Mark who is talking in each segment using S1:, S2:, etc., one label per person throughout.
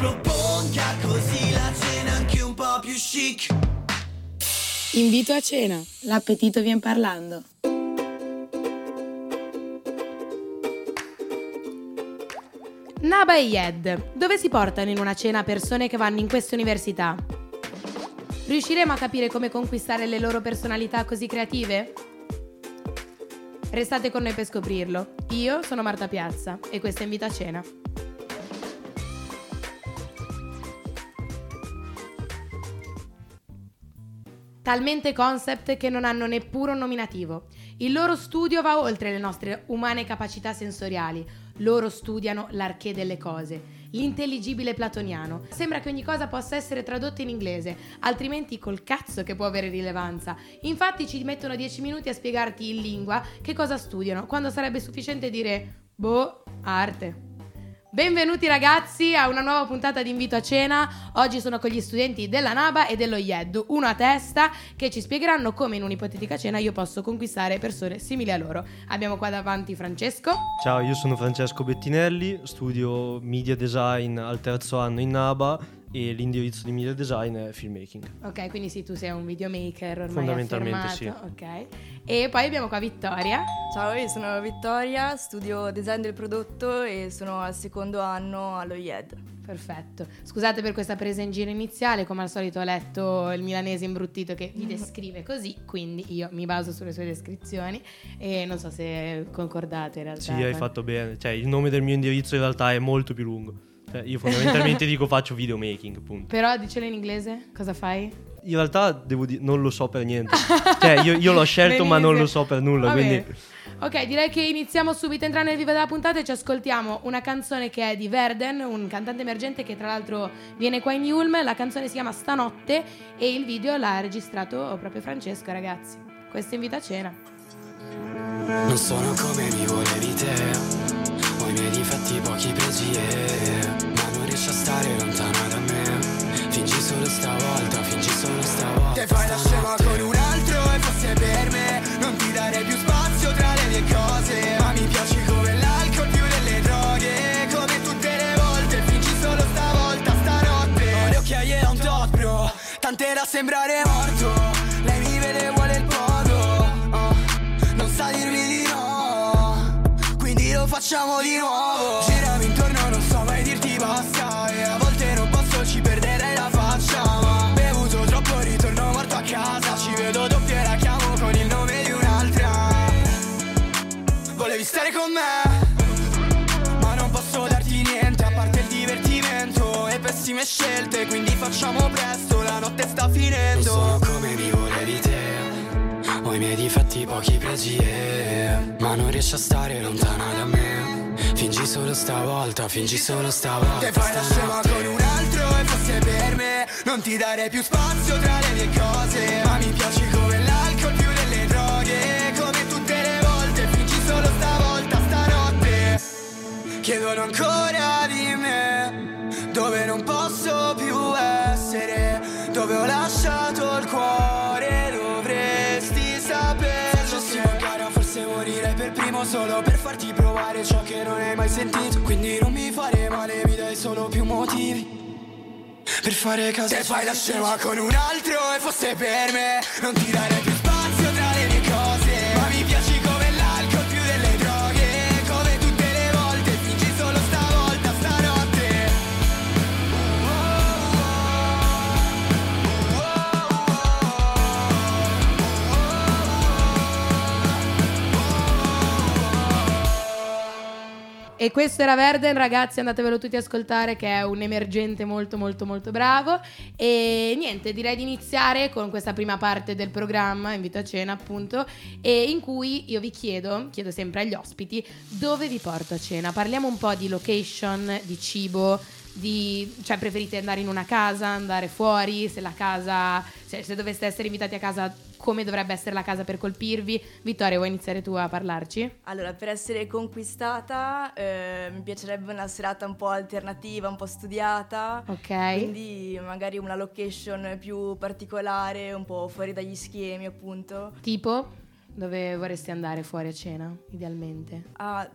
S1: proponga, così la cena anche un po' più chic.
S2: Invito a cena, l'appetito vien parlando.
S3: Naba e Yed, dove si portano in una cena persone che vanno in queste università? Riusciremo a capire come conquistare le loro personalità così creative? Restate con noi per scoprirlo. Io sono Marta Piazza e questo è Invito a cena. Talmente concept che non hanno neppure un nominativo. Il loro studio va oltre le nostre umane capacità sensoriali. Loro studiano l'arché delle cose, l'intelligibile platoniano. Sembra che ogni cosa possa essere tradotta in inglese, altrimenti col cazzo che può avere rilevanza. Infatti ci mettono 10 minuti a spiegarti in lingua che cosa studiano, quando sarebbe sufficiente dire arte. Benvenuti ragazzi a una nuova puntata di Invito a cena. Oggi sono con gli studenti della Naba e dello Yed, uno a testa, che ci spiegheranno come in un'ipotetica cena io posso conquistare persone simili a loro. Abbiamo qua davanti Francesco.
S4: Ciao, io sono Francesco Bettinelli, studio media design al terzo anno in Naba e l'indirizzo di media design è filmmaking.
S3: Ok, quindi sì, tu sei un videomaker ormai
S4: fondamentalmente
S3: affermato.
S4: sì.
S3: Ok. E poi abbiamo qua Vittoria.
S5: Ciao, io sono Vittoria, studio design del prodotto e sono al secondo anno allo IED.
S3: Perfetto. Scusate per questa presa in giro iniziale, come al solito ho letto il milanese imbruttito che vi descrive così, quindi io mi baso sulle sue descrizioni e non so se concordate in realtà.
S4: Sì, hai fatto bene. Cioè, il nome del mio indirizzo in realtà è molto più lungo. Io fondamentalmente dico faccio videomaking, appunto.
S3: Però dicelo in inglese, cosa fai?
S4: In realtà devo dire, non lo so per niente. Cioè, io l'ho scelto ma non lo so per nulla, quindi...
S3: Ok, direi che iniziamo subito a entrare nel vivo della puntata e ci ascoltiamo una canzone che è di Verden, un cantante emergente che tra l'altro viene qua in Ulm. La canzone si chiama Stanotte e il video l'ha registrato proprio Francesco, ragazzi. Questo è Invito a cena.
S1: Non sono come mi volevi te, ho i miei difetti, pochi pregi, ma non riesci a stare lontana da me. Fingi solo stavolta, fingi solo stavolta. Te fai la scema con un altro e forse per me non ti darei più spazio tra le mie cose. Ma mi piaci come l'alcol più delle droghe, come tutte le volte. Fingi solo stavolta, stanotte. Ho le occhiaie da un tot bro, tante da sembrare morto. Lei mi vede, vuole il podo, non sa dirmi di no, quindi lo facciamo di nuovo. Girami intorno, non so mai dirti basta, e a volte non posso, ci perderei la faccia. Ma bevuto troppo, ritorno morto a casa. Ci vedo doppio e la chiamo con il nome di un'altra. Volevi stare con me, ma non posso darti niente a parte il divertimento e pessime scelte, quindi facciamo presto, la notte sta finendo. Non sono come mi volevi te, ho i miei difetti, pochi pregi, ma non riesci a stare lontana da me. Fingi solo stavolta, fingi solo stavolta. Te fai la scema con un altro e forse per me non ti darei più spazio tra le mie cose. Ma mi piaci come l'alcol più delle droghe, come tutte le volte. Fingi solo stavolta, stanotte. Chiedono ancora di me, dove non posso più essere, dove ho lasciato il cuore, dovresti sapere. Facessi una gara, forse morirei per primo, solo per farti provare ciò che non hai mai sentito. Quindi non mi fare male, mi dai solo più motivi per fare caso. Te fai la scema con un altro e forse per me non ti darei più spazio tra le mie cose. Ma mi piaci come l'alcol più delle droghe, come tutte le volte. Fingi solo stavolta, stanotte.
S3: E questo era Verden, ragazzi, andatevelo tutti a ascoltare, che è un emergente molto molto molto bravo. E niente, direi di iniziare con questa prima parte del programma Invito a cena, appunto, e in cui io vi chiedo sempre agli ospiti dove vi porto a cena. Parliamo un po' di location, di cibo, cioè preferite andare in una casa, andare fuori, se la casa, se doveste essere invitati a casa, come dovrebbe essere la casa per colpirvi. Vittoria, vuoi iniziare tu a parlarci?
S5: Allora, per essere conquistata mi piacerebbe una serata un po' alternativa, un po' studiata.
S3: Ok.
S5: Quindi magari una location più particolare, un po' fuori dagli schemi, appunto.
S3: Tipo? Dove vorresti andare fuori a cena, idealmente?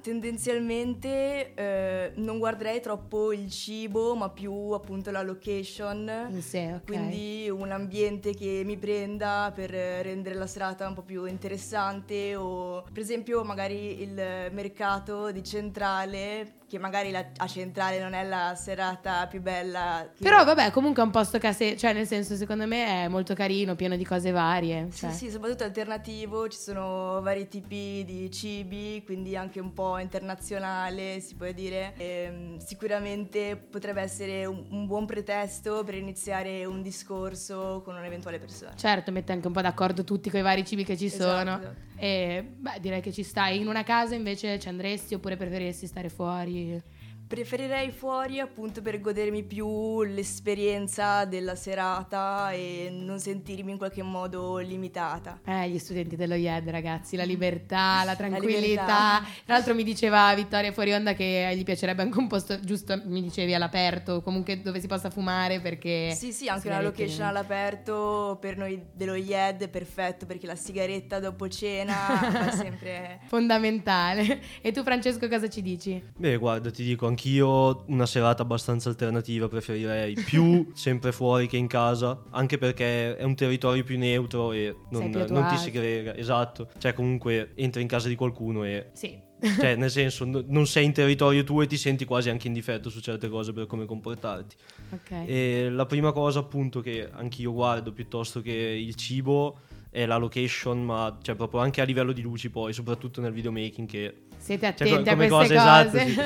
S5: Tendenzialmente non guarderei troppo il cibo, ma più appunto la location.
S3: In sé, ok.
S5: Quindi un ambiente che mi prenda per rendere la serata un po' più interessante, o per esempio magari il mercato di Centrale, che magari a Centrale non è la serata più bella.
S3: Però vabbè, comunque è un posto che cioè nel senso, secondo me è molto carino, pieno di cose varie. Cioè.
S5: Sì, soprattutto alternativo, ci sono vari tipi di cibi, quindi anche un po' internazionale, si può dire. Sicuramente potrebbe essere un buon pretesto per iniziare un discorso con un'eventuale persona.
S3: Certo, mette anche un po' d'accordo tutti con i vari cibi che ci sono.
S5: Esatto.
S3: E beh, direi che ci stai. In una casa invece ci andresti oppure preferiresti stare fuori?
S5: Preferirei fuori appunto per godermi più l'esperienza della serata e non sentirmi in qualche modo limitata.
S3: Gli studenti dello IED, ragazzi, la libertà, la tranquillità.
S5: libertà.
S3: Tra l'altro mi diceva Vittoria fuori onda che gli piacerebbe anche un posto, giusto, mi dicevi, all'aperto, comunque dove si possa fumare, perché...
S5: Sì, anche una location all'aperto per noi dello IED è perfetto, perché la sigaretta dopo cena è sempre...
S3: fondamentale. E tu, Francesco, cosa ci dici?
S4: Beh, guarda, ti dico, anch'io una serata abbastanza alternativa preferirei, più sempre fuori che in casa, anche perché è un territorio più neutro e non ti segrega, esatto, cioè comunque entri in casa di qualcuno e...
S3: Sì.
S4: Cioè nel senso non sei in territorio tuo e ti senti quasi anche in difetto su certe cose per come comportarti.
S3: Ok.
S4: E la prima cosa appunto che anch'io guardo piuttosto che il cibo è la location, ma cioè proprio anche a livello di luci, poi soprattutto nel videomaking, che
S3: siete attenti
S4: cioè,
S3: a queste cose.
S4: Esatto, sì.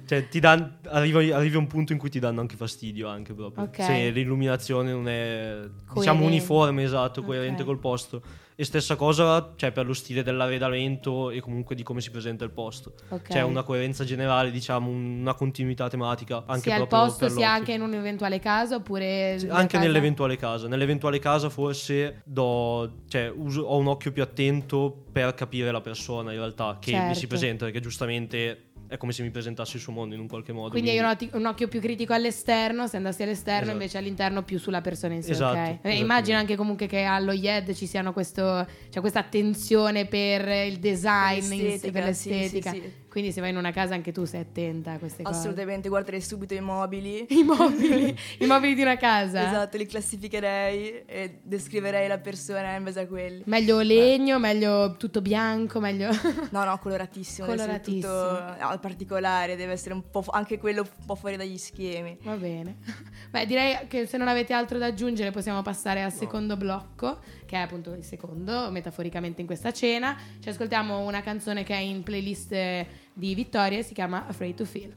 S4: Cioè arrivi a un punto in cui ti danno anche fastidio anche proprio,
S3: okay.
S4: Se l'illuminazione non è
S3: coerente.
S4: Diciamo uniforme, esatto, coerente
S3: Okay.
S4: col posto. E stessa cosa, cioè, per lo stile dell'arredamento e comunque di come si presenta il posto.
S3: Okay.
S4: C'è una coerenza generale, diciamo, una continuità tematica anche
S3: sia al
S4: proprio
S3: posto
S4: per
S3: sia
S4: l'occhio.
S3: anche in un'eventuale casa oppure
S4: Sì,
S3: la
S4: anche
S3: casa?
S4: nell'eventuale casa forse ho un occhio più attento per capire la persona in realtà che mi si
S3: Certo.
S4: presenta, perché giustamente è come se mi presentassi il suo mondo in un qualche modo.
S3: Quindi hai un occhio più critico all'esterno, se andassi all'esterno,
S4: Esatto.
S3: invece all'interno più sulla persona in sé.
S4: Esatto,
S3: Ok?
S4: esattamente.
S3: Immagino anche comunque che allo IED ci siano questa attenzione per il design, per l'estetica.
S5: Sì.
S3: Quindi se vai in una casa anche tu sei attenta a queste cose.
S5: Assolutamente, guarderei subito i mobili.
S3: I mobili di una casa.
S5: Esatto, li classificherei e descriverei la persona in base a quelli.
S3: Meglio legno, meglio tutto bianco, meglio...
S5: No, coloratissimo. Deve essere tutto particolare, deve essere un po' anche quello un po' fuori dagli schemi.
S3: Va bene. Beh, direi che se non avete altro da aggiungere possiamo passare al secondo blocco, che è appunto il secondo, metaforicamente in questa cena. Ci ascoltiamo una canzone che è in playlist di Vittoria, si chiama Afraid to Feel.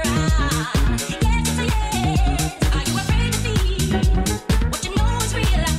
S6: What you know is real.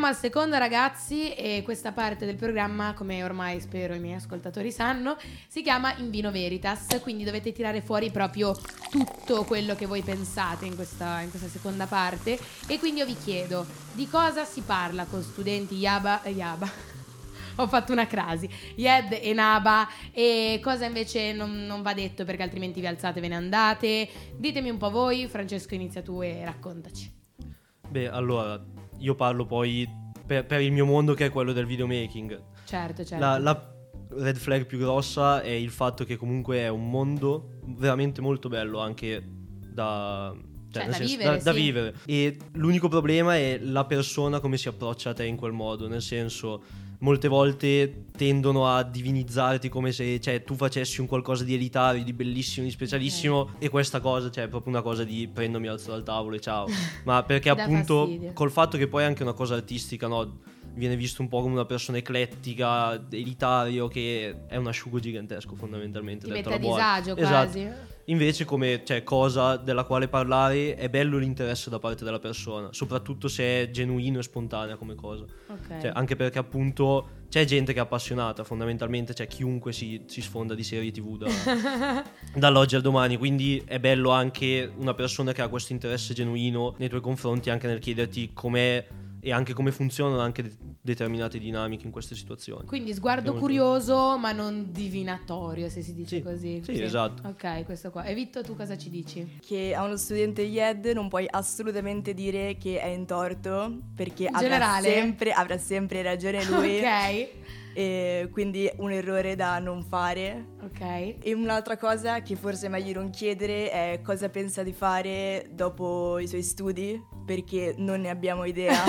S3: al secondo, ragazzi, e questa parte del programma, come ormai spero i miei ascoltatori sanno, si chiama In Vino Veritas, quindi dovete tirare fuori proprio tutto quello che voi pensate in questa seconda parte. E quindi io vi chiedo, di cosa si parla con studenti Yaba ho fatto una crasi, Yed e Naba, e cosa invece non va detto, perché altrimenti vi alzate e ve ne andate. Ditemi un po' voi. Francesco, inizia tu e raccontaci.
S4: Beh, allora, io parlo poi per il mio mondo, che è quello del videomaking.
S3: Certo.
S4: La red flag più grossa è il fatto che comunque è un mondo veramente molto bello, anche da vivere. E l'unico problema è la persona come si approccia a te in quel modo, nel senso, molte volte tendono a divinizzarti come se, cioè, tu facessi un qualcosa di elitario, di bellissimo, di specialissimo, e questa cosa, cioè, è proprio una cosa di prendo, mi alzo dal tavolo e ciao. Ma perché appunto fastidio. Col fatto che poi è anche una cosa artistica, no? Viene visto un po' come una persona eclettica, elitario, che è un asciugo gigantesco fondamentalmente.
S3: Ti mette a disagio quasi.
S4: Esatto. Invece come, cioè, cosa della quale parlare è bello l'interesse da parte della persona, soprattutto se è genuino e spontanea come cosa.
S3: Okay.
S4: Cioè, anche perché appunto c'è gente che è appassionata, fondamentalmente c'è chiunque si sfonda di serie TV dall'oggi al domani, quindi è bello anche una persona che ha questo interesse genuino nei tuoi confronti, anche nel chiederti com'è e anche come funzionano anche determinate dinamiche in queste situazioni.
S3: Quindi sguardo curioso ma non divinatorio, se si dice così.
S4: Sì, esatto.
S3: Ok, questo qua. E Vitto, tu cosa ci dici?
S5: Che a uno studente YED non puoi assolutamente dire che è in torto, perché avrà sempre ragione lui.
S3: Ok.
S5: E quindi un errore da non fare.
S3: Ok.
S5: E un'altra cosa che forse è meglio non chiedere è cosa pensa di fare dopo i suoi studi, perché non ne abbiamo idea.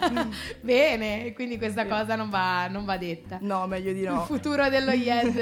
S3: Bene, quindi questa cosa non va detta.
S5: No, meglio di no.
S3: Il futuro dello YED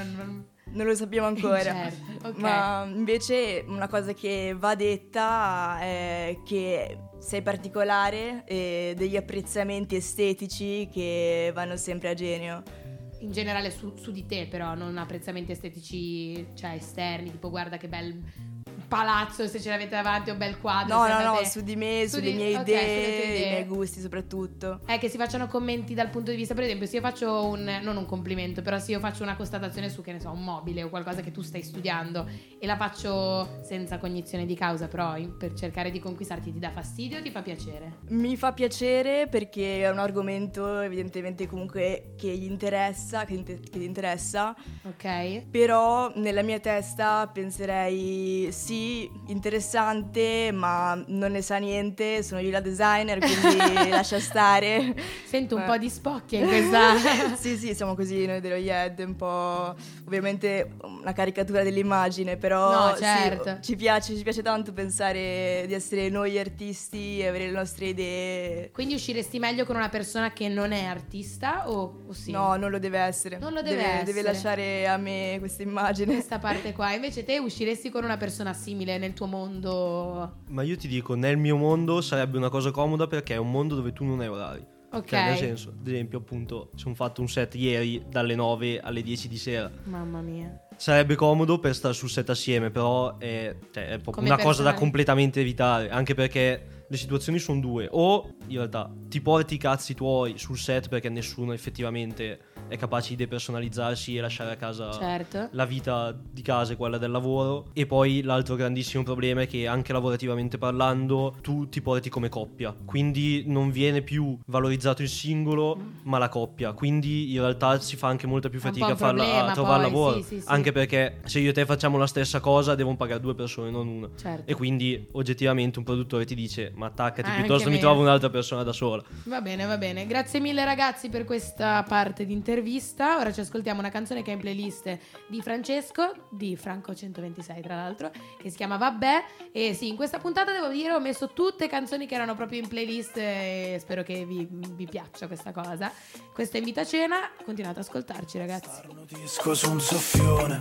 S5: non lo sappiamo ancora.
S3: Certo, okay.
S5: Ma invece una cosa che va detta è che sei particolare e degli apprezzamenti estetici che vanno sempre a genio.
S3: In generale su di te, però, non apprezzamenti estetici, cioè esterni, tipo guarda che bel palazzo, se ce l'avete davanti, un bel quadro.
S5: No, su di me, sulle mie idee, i miei gusti soprattutto.
S3: Che si facciano commenti dal punto di vista, per esempio, se io faccio non un complimento, però se io faccio una constatazione su, che ne so, un mobile o qualcosa che tu stai studiando e la faccio senza cognizione di causa, però per cercare di conquistarti, ti dà fastidio o ti fa piacere?
S5: Mi fa piacere perché è un argomento evidentemente comunque che gli interessa, che ti interessa.
S3: Ok.
S5: Però nella mia testa penserei sì, interessante, ma non ne sa niente, sono io la designer, quindi lascia stare.
S3: Sento un po' di spocchia in questa.
S5: Sì, siamo così noi dello YED, un po' ovviamente una caricatura dell'immagine, però
S3: no, certo.
S5: Sì, ci piace tanto pensare di essere noi artisti e avere le nostre idee.
S3: Quindi usciresti meglio con una persona che non è artista o sì?
S5: No, non lo deve essere.
S3: Non lo deve essere.
S5: Deve lasciare a me questa immagine.
S3: Questa parte qua. Invece te usciresti con una persona simile nel tuo mondo?
S4: Ma io ti dico, nel mio mondo sarebbe una cosa comoda, perché è un mondo dove tu non hai orari.
S3: Ok.
S4: Cioè, nel senso, ad esempio, appunto, sono fatto un set ieri dalle 9 alle 10 di sera.
S3: Mamma mia.
S4: Sarebbe comodo per stare sul set assieme, però è proprio
S3: come
S4: una cosa da completamente evitare, anche perché le situazioni sono due: o in realtà ti porti i cazzi tuoi sul set, perché nessuno effettivamente è capace di depersonalizzarsi e lasciare a casa la vita di casa e quella del lavoro. E poi l'altro grandissimo problema è che anche lavorativamente parlando tu ti porti come coppia, quindi non viene più valorizzato il singolo ma la coppia, quindi in realtà si fa anche molta più fatica a trovare lavoro, sì. Anche perché se io e te facciamo la stessa cosa devono pagare due persone, non una.
S3: Certo.
S4: E quindi oggettivamente un produttore ti dice ma attaccati, piuttosto mi trovo un'altra persona da sola.
S3: Va bene. Grazie mille ragazzi per questa parte di intervista. Ora ci ascoltiamo una canzone che è in playlist di Francesco, di Franco 126 tra l'altro, che si chiama Vabbè. E sì, in questa puntata devo dire ho messo tutte canzoni che erano proprio in playlist e spero che vi piaccia questa cosa. Questo è Invito a Cena, continuate ad ascoltarci ragazzi.
S6: Disco su un soffione,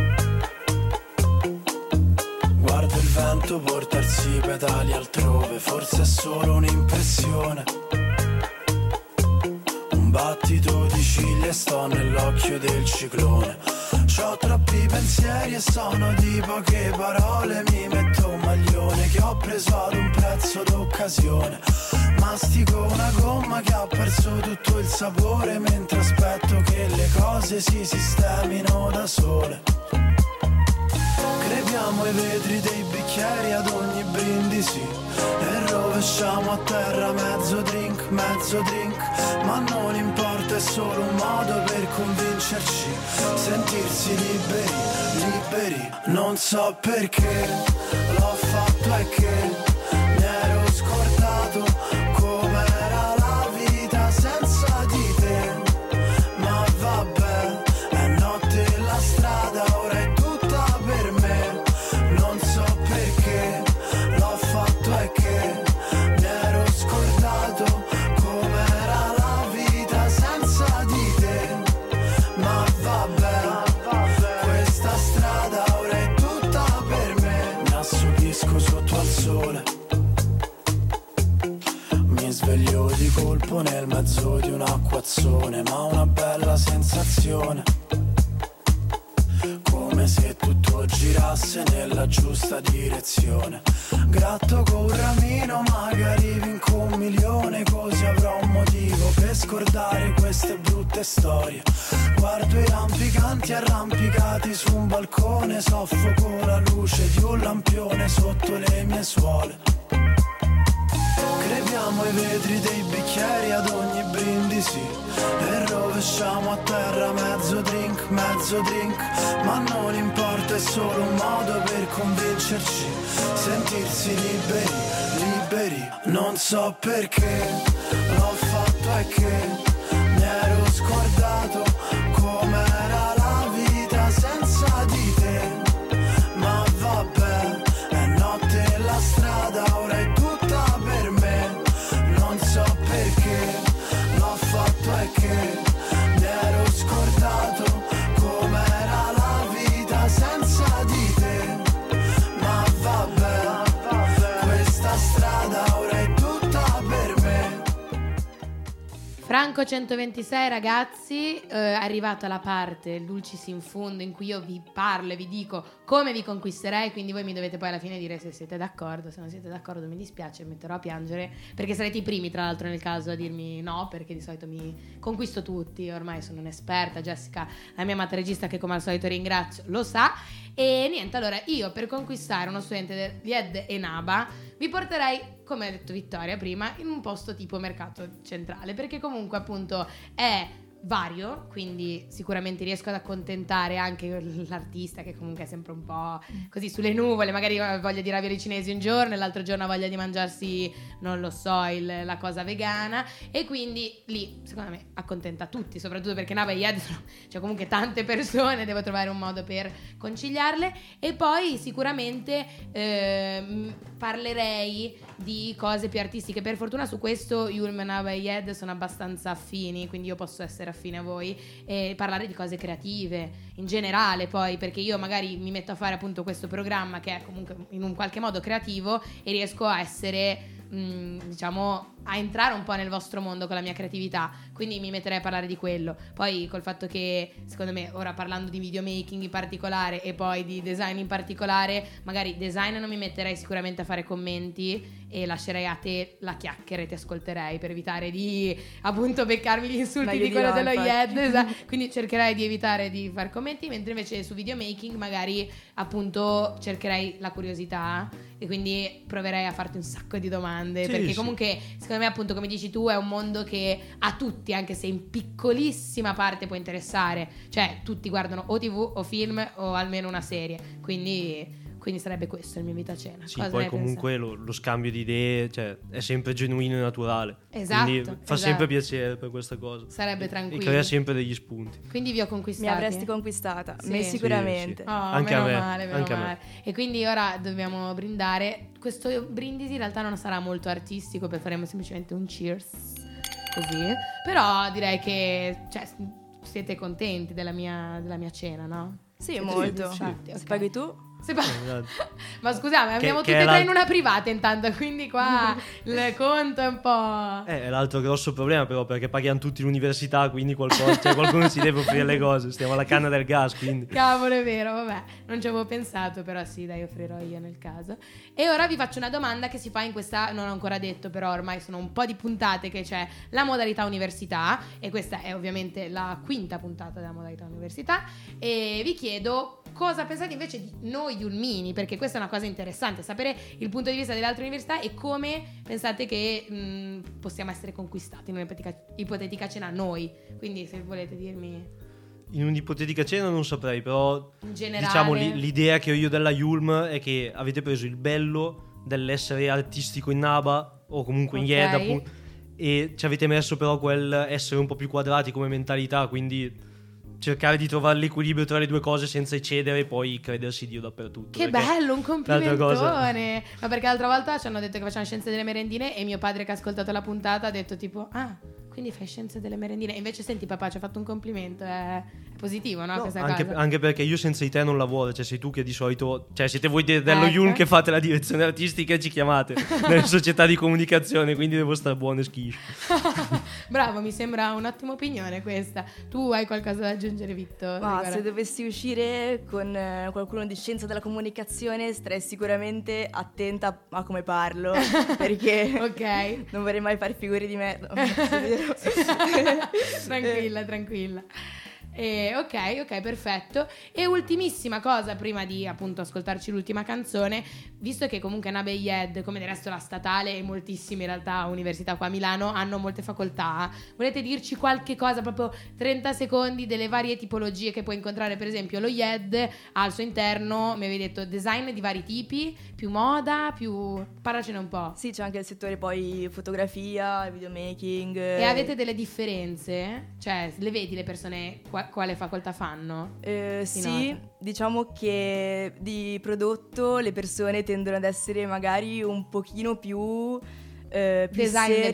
S6: guardo il vento portarsi i pedali altrove, forse è solo un'impressione. Un battito di ciglia e sto nell'occhio del ciclone. C'ho troppi pensieri e sono di poche parole. Mi metto un maglione che ho preso ad un prezzo d'occasione. Mastico una gomma che ha perso tutto il sapore, mentre aspetto che le cose si sistemino da sole. Crepiamo i vetri dei bicchieri ad ogni brindisi e rovesciamo a terra mezzo drink. Ma non importa, è solo un modo per convincerci. Sentirsi liberi. Non so perché l'ho fatto e che mi ero scordato com'era la vita senza di te. Ma vabbè, è notte la strada ora è tutta per me. Non so perché l'ho fatto e che mi ero scordato com'era la vita senza di te. Ma vabbè, questa strada ora è tutta per me. Mi assopisco sotto al sole, mi sveglio di colpo nel mezzo di un acquazzone, ma una bella sensazione, come se tutto girasse nella giusta direzione. Gratto con un ramino, magari vinco 1 milione, così avrò un motivo per scordare queste brutte storie. Guardo i rampicanti arrampicati su un balcone, soffoco la luce di un lampione sotto le mie suole. Crepiamo i vetri dei bicchieri ad ogni brindisi e rovesciamo a terra mezzo drink. Ma non importa, è solo un modo per convincerci. Sentirsi liberi. Non so perché l'ho fatto e che mi ero scordato com'era la vita senza di te. Ma vabbè, è notte la strada ora è tutta per me. Non so perché l'ho fatto e che mi ero scordato com'era la vita senza di te. Ma vabbè, questa strada ora è tutta per me.
S3: Franco 126, ragazzi, è arrivato alla parte, il dulcis in fondo, in cui io vi parlo e vi dico come vi conquisterei, quindi voi mi dovete poi alla fine dire se siete d'accordo. Se non siete d'accordo mi dispiace, mi metterò a piangere, perché sarete i primi tra l'altro nel caso a dirmi no, perché di solito mi conquisto tutti, ormai sono un'esperta. Jessica, la mia amata regista, che come al solito ringrazio, lo sa. E niente, allora io per conquistare uno studente di Ed e Naba vi porterei, come ha detto Vittoria prima, in un posto tipo mercato centrale, perché comunque appunto è vario, quindi sicuramente riesco ad accontentare anche l'artista, che comunque è sempre un po' così sulle nuvole, magari ha voglia di ravioli cinesi un giorno e l'altro giorno ha voglia di mangiarsi, non lo so, la cosa vegana, e quindi lì secondo me accontenta tutti, soprattutto perché Naba e Yed sono, cioè comunque tante persone, devo trovare un modo per conciliarle. E poi sicuramente parlerei di cose più artistiche. Per fortuna su questo Yulm, Naba e Yed sono abbastanza affini, quindi io posso essere affine a voi e parlare di cose creative in generale, poi perché io magari mi metto a fare appunto questo programma che è comunque in un qualche modo creativo e riesco a essere diciamo a entrare un po' nel vostro mondo con la mia creatività, quindi mi metterei a parlare di quello. Poi col fatto che secondo me ora, parlando di videomaking in particolare e poi di design in particolare, magari design non mi metterei sicuramente a fare commenti e lascerei a te la chiacchiera e ti ascolterei per evitare di appunto beccarmi gli insulti di quello dello Yed, quindi cercherei di evitare di fare commenti, mentre invece su videomaking magari appunto cercherei la curiosità e quindi proverei a farti un sacco di domande, sì, perché comunque secondo me appunto come dici tu è un mondo che a tutti, anche se in piccolissima parte, può interessare, cioè tutti guardano o TV o film o almeno una serie, quindi sarebbe questo il mio invito a cena.
S4: Sì, poi comunque lo scambio di idee, cioè, è sempre genuino e naturale.
S3: Esatto.
S4: Quindi fa sempre piacere per questa cosa.
S3: Sarebbe tranquillo.
S4: E crea sempre degli spunti.
S3: Quindi vi ho conquistati.
S5: Mi avresti conquistata, me sicuramente.
S4: Sì.
S3: Oh,
S4: anche
S3: meno
S4: a me.
S3: male, meno male. E quindi ora dobbiamo brindare. Questo brindisi in realtà non sarà molto artistico, perché faremo semplicemente un cheers, così. Però direi che, cioè, siete contenti della mia cena, no?
S5: Sì, molto.
S3: Infatti, okay.
S5: Se paghi tu?
S3: Ma scusate, andiamo tutti e tre in una privata intanto, quindi qua il conto è un po'...
S4: È l'altro grosso problema però, perché paghiamo tutti l'università, quindi qualcuno si deve offrire le cose, stiamo alla canna del gas, quindi...
S3: Cavolo, è vero, vabbè, non ci avevo pensato, però sì, dai, offrirò io nel caso. E ora vi faccio una domanda che si fa in questa, non ho ancora detto, però ormai sono un po' di puntate che c'è la modalità università, e questa è ovviamente la quinta puntata della modalità università, e vi chiedo cosa pensate invece di noi Yulmini, perché questa è una cosa interessante, sapere il punto di vista delle altre università e come pensate che possiamo essere conquistati in un'ipotetica cena noi. Quindi se volete dirmi...
S4: In un'ipotetica cena non saprei, però
S3: in generale,
S4: diciamo l'idea che ho io della Yulm è che avete preso il bello dell'essere artistico in Naba o comunque in YED, appunto, e ci avete messo però quel essere un po' più quadrati come mentalità, quindi cercare di trovare l'equilibrio tra le due cose senza eccedere e poi credersi Dio dappertutto.
S3: Che bello, un complimentone. Ma perché l'altra volta ci hanno detto che facciamo scienze delle merendine e mio padre, che ha ascoltato la puntata, ha detto tipo quindi fai scienze delle merendine. E invece senti, papà ci ha fatto un complimento, è positivo, no? Questa cosa.
S4: Anche perché io senza di te non lavoro, cioè sei tu che di solito, cioè siete voi dello Yulm che fate la direzione artistica e ci chiamate nelle società di comunicazione, quindi devo stare buono e schiscio.
S3: Bravo, mi sembra un'ottima opinione questa. Tu hai qualcosa da aggiungere, Vitto?
S5: Ma se dovessi uscire con qualcuno di scienza della comunicazione starei sicuramente attenta a come parlo, perché non vorrei mai fare figure di merda.
S3: Tranquilla. Ok, perfetto. E ultimissima cosa, prima di appunto ascoltarci l'ultima canzone, visto che comunque Naba e YED, come del resto la statale e moltissime in realtà università qua a Milano hanno molte facoltà, volete dirci qualche cosa, proprio 30 secondi, delle varie tipologie che puoi incontrare? Per esempio lo YED ha al suo interno, mi avevi detto, design di vari tipi, più moda, parlacene un po'.
S5: Sì, c'è anche il settore poi fotografia, videomaking.
S3: E avete delle differenze? Cioè, le vedi le persone quale facoltà fanno?
S5: Sì, diciamo che di prodotto le persone tendono ad essere magari un pochino più
S3: design
S5: serie,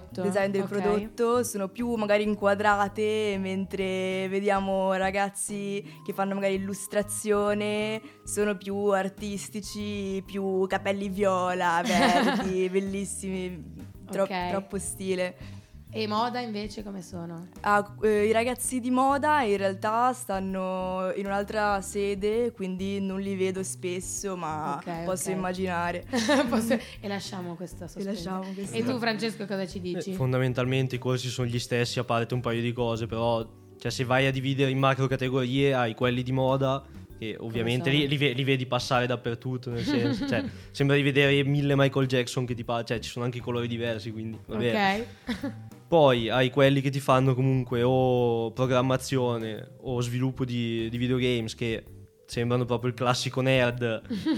S3: del
S5: prodotto, sono più magari inquadrate, mentre vediamo ragazzi che fanno magari illustrazione, sono più artistici, più capelli viola, verdi, bellissimi, troppo stile.
S3: E moda invece come sono?
S5: I ragazzi di moda in realtà stanno in un'altra sede, quindi non li vedo spesso, ma posso immaginare.
S3: E lasciamo questa sospensione. E tu, Francesco, cosa ci dici?
S4: Fondamentalmente i corsi sono gli stessi, a parte un paio di cose, però cioè, se vai a dividere in macro categorie hai quelli di moda, che ovviamente li vedi passare dappertutto, nel senso, cioè, sembra di vedere 1000 Michael Jackson che ti cioè ci sono anche colori diversi, quindi va bene. Poi hai quelli che ti fanno comunque o programmazione o sviluppo di videogames, che sembrano proprio il classico nerd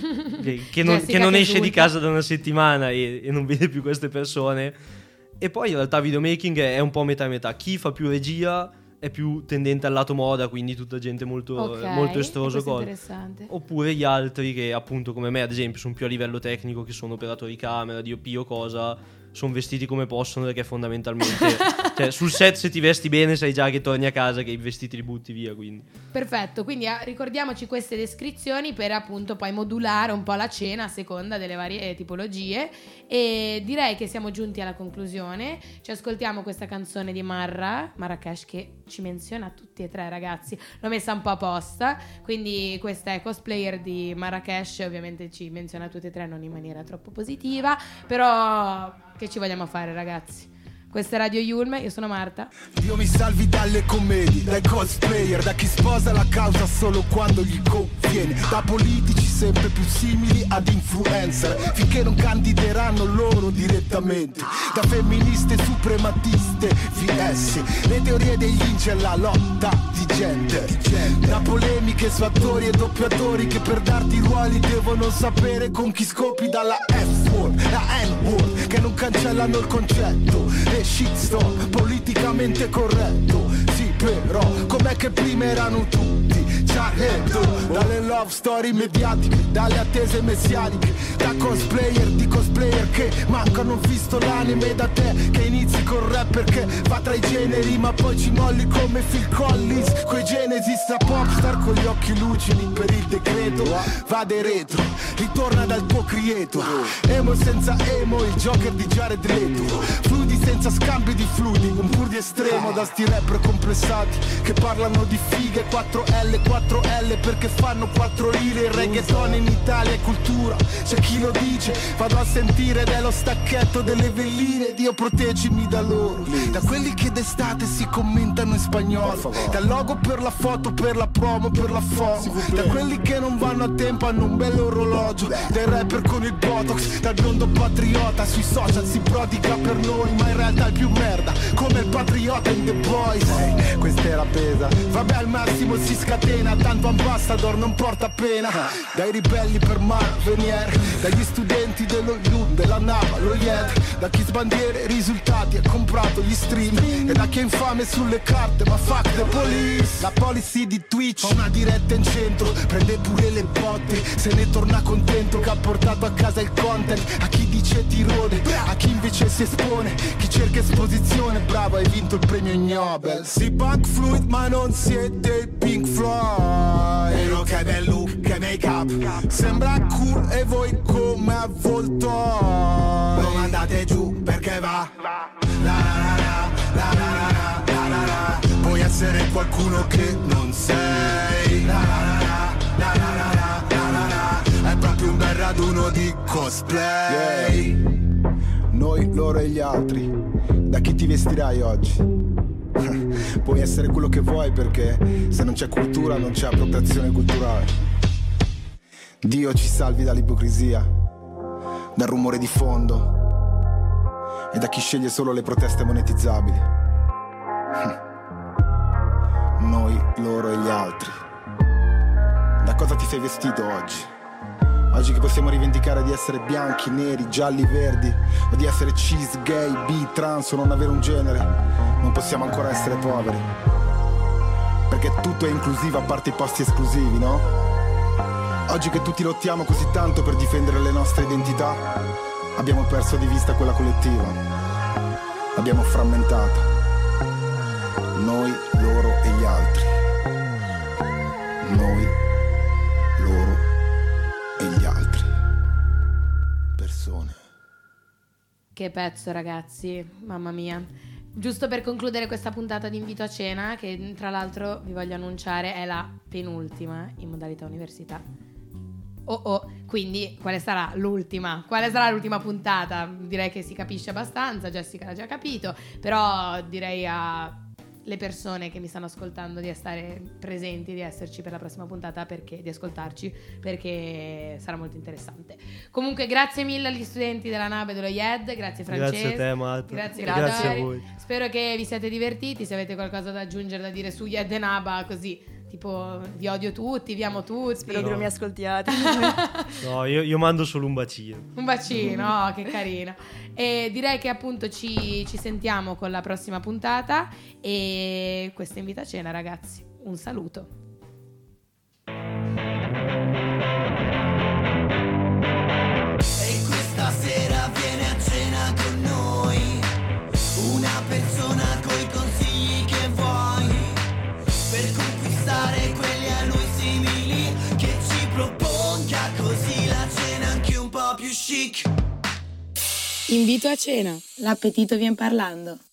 S4: che non esce di casa da una settimana e non vede più queste persone. E poi in realtà videomaking è un po' metà e metà. Chi fa più regia è più tendente al lato moda, quindi tutta gente molto estroso, oppure gli altri che appunto come me ad esempio sono più a livello tecnico, che sono operatori camera, DOP o cosa, sono vestiti come possono, perché fondamentalmente cioè, sul set se ti vesti bene sai già che torni a casa che i vestiti li butti via, quindi.
S3: Perfetto, quindi ricordiamoci queste descrizioni per appunto poi modulare un po' la cena a seconda delle varie tipologie. E direi che siamo giunti alla conclusione. Ci ascoltiamo questa canzone di Marrakesh, che ci menziona tutti e tre, ragazzi, l'ho messa un po' apposta, quindi questa è Cosplayer di Marrakesh, ovviamente ci menziona tutti e tre, non in maniera troppo positiva, però che ci vogliamo fare, ragazzi? Questa è Radio Yulm, io sono Marta.
S6: Dio mi salvi dalle commedie, dai cosplayer, da chi sposa la causa solo quando gli conviene, da politici sempre più simili ad influencer, finché non candideranno loro direttamente, da femministe suprematiste VS, le teorie degli incel, la lotta di gender, da polemiche su attori e doppiatori che per darti ruoli devono sapere con chi scopi, dalla F-word, la N-word, che non cancellano il concetto, le shitstorm, politicamente corretto, sì però, com'è che prima erano tutti Charlie Hebdo, dalle
S7: love story mediatiche, dalle attese messianiche, da cosplayer di cosplayer che manco hanno visto l'anime, da te che inizi col rap perché va tra i generi ma poi ci molli come Phil Collins, coi Genesis a popstar con gli occhi lucidi per il decreto, vade retro, ritorna dal tuo creator, emo senza emo, il Joker di Jared Leto, fluidi senza scambi di fluidi, un pur di estremo, da sti rapper complessati che parlano di fighe, 4L perché fanno 4 lire, il reggaeton in Italia è cultura, c'è chi lo dice, vado a sentire dello stacchetto delle velline, Dio proteggimi da loro, da quelli che d'estate si commentano in spagnolo, dal logo per la foto, per la promo, per la FOMO, da quelli che non vanno a tempo hanno un bel orologio, dai rapper con il botox, dal biondo patriota sui social si prodiga per noi ma in realtà è più merda come il patriota in The Boys. Questa era pesa, vabbè al massimo si scatena, tanto ambassador non porta pena, dai ribelli per Venier, dagli studenti dello IU, della Nava, lo IED, da chi sbandiera risultati ha comprato gli stream, e da chi è infame sulle carte ma fuck the police. La policy di Twitch, una diretta in centro, prende pure le botte, se ne torna contento che ha portato a casa il content, a chi dice ti rode, a chi invece si espone, chi cerca esposizione, bravo hai vinto il premio Nobel. Si punk fluid ma non siete il Pink Floyd, però che bel look, che make up, sembra cool e voi come avvoltoi, non andate giù perché va la la la la la la la la la, puoi essere qualcuno che non sei, la la la la la la la la la, è proprio un bel raduno di cosplay, noi, loro e gli altri, da chi ti vestirai oggi? Puoi essere quello che vuoi perché se non c'è cultura non c'è appropriazione culturale. Dio ci salvi dall'ipocrisia, dal rumore di fondo e da chi sceglie solo le proteste monetizzabili. Noi, loro e gli altri. Da cosa ti sei vestito oggi? Oggi che possiamo rivendicare di essere bianchi, neri, gialli, verdi, o di essere cis, gay, bi, trans o non avere un genere, non possiamo ancora essere poveri. Perché tutto è inclusivo a parte i posti esclusivi, no? Oggi che tutti lottiamo così tanto per difendere le nostre identità, abbiamo perso di vista quella collettiva. L'abbiamo frammentata. Noi, loro e gli altri. Noi, loro e gli altri. Persone.
S3: Che pezzo, ragazzi, mamma mia. Giusto per concludere questa puntata di Invito a Cena, che tra l'altro vi voglio annunciare è la penultima in modalità università. Quindi quale sarà l'ultima? Quale sarà l'ultima puntata? Direi che si capisce abbastanza, Jessica l'ha già capito, però direi alle persone che mi stanno ascoltando di stare presenti, di esserci per la prossima puntata, perché di ascoltarci, perché sarà molto interessante. Comunque grazie mille agli studenti della NAB e dello IED, grazie Francesco.
S4: Grazie a te Marta.
S3: Grazie
S4: a voi.
S3: Spero che vi siate divertiti, se avete qualcosa da aggiungere, da dire su IED e NAB, così tipo vi odio tutti, vi amo tutti.
S5: Spero che non mi ascoltiate.
S4: No, io mando solo un bacino.
S3: Un bacino, oh, che carino. E direi che appunto ci sentiamo con la prossima puntata. E questo è Invito a Cena, ragazzi. Un saluto.
S1: E questa sera viene a cena con noi una persona coi consigli che vuoi per conquistare quelli a lui simili, che ci proponga così la cena anche un po' più chic.
S2: Invito a Cena, l'appetito vien parlando.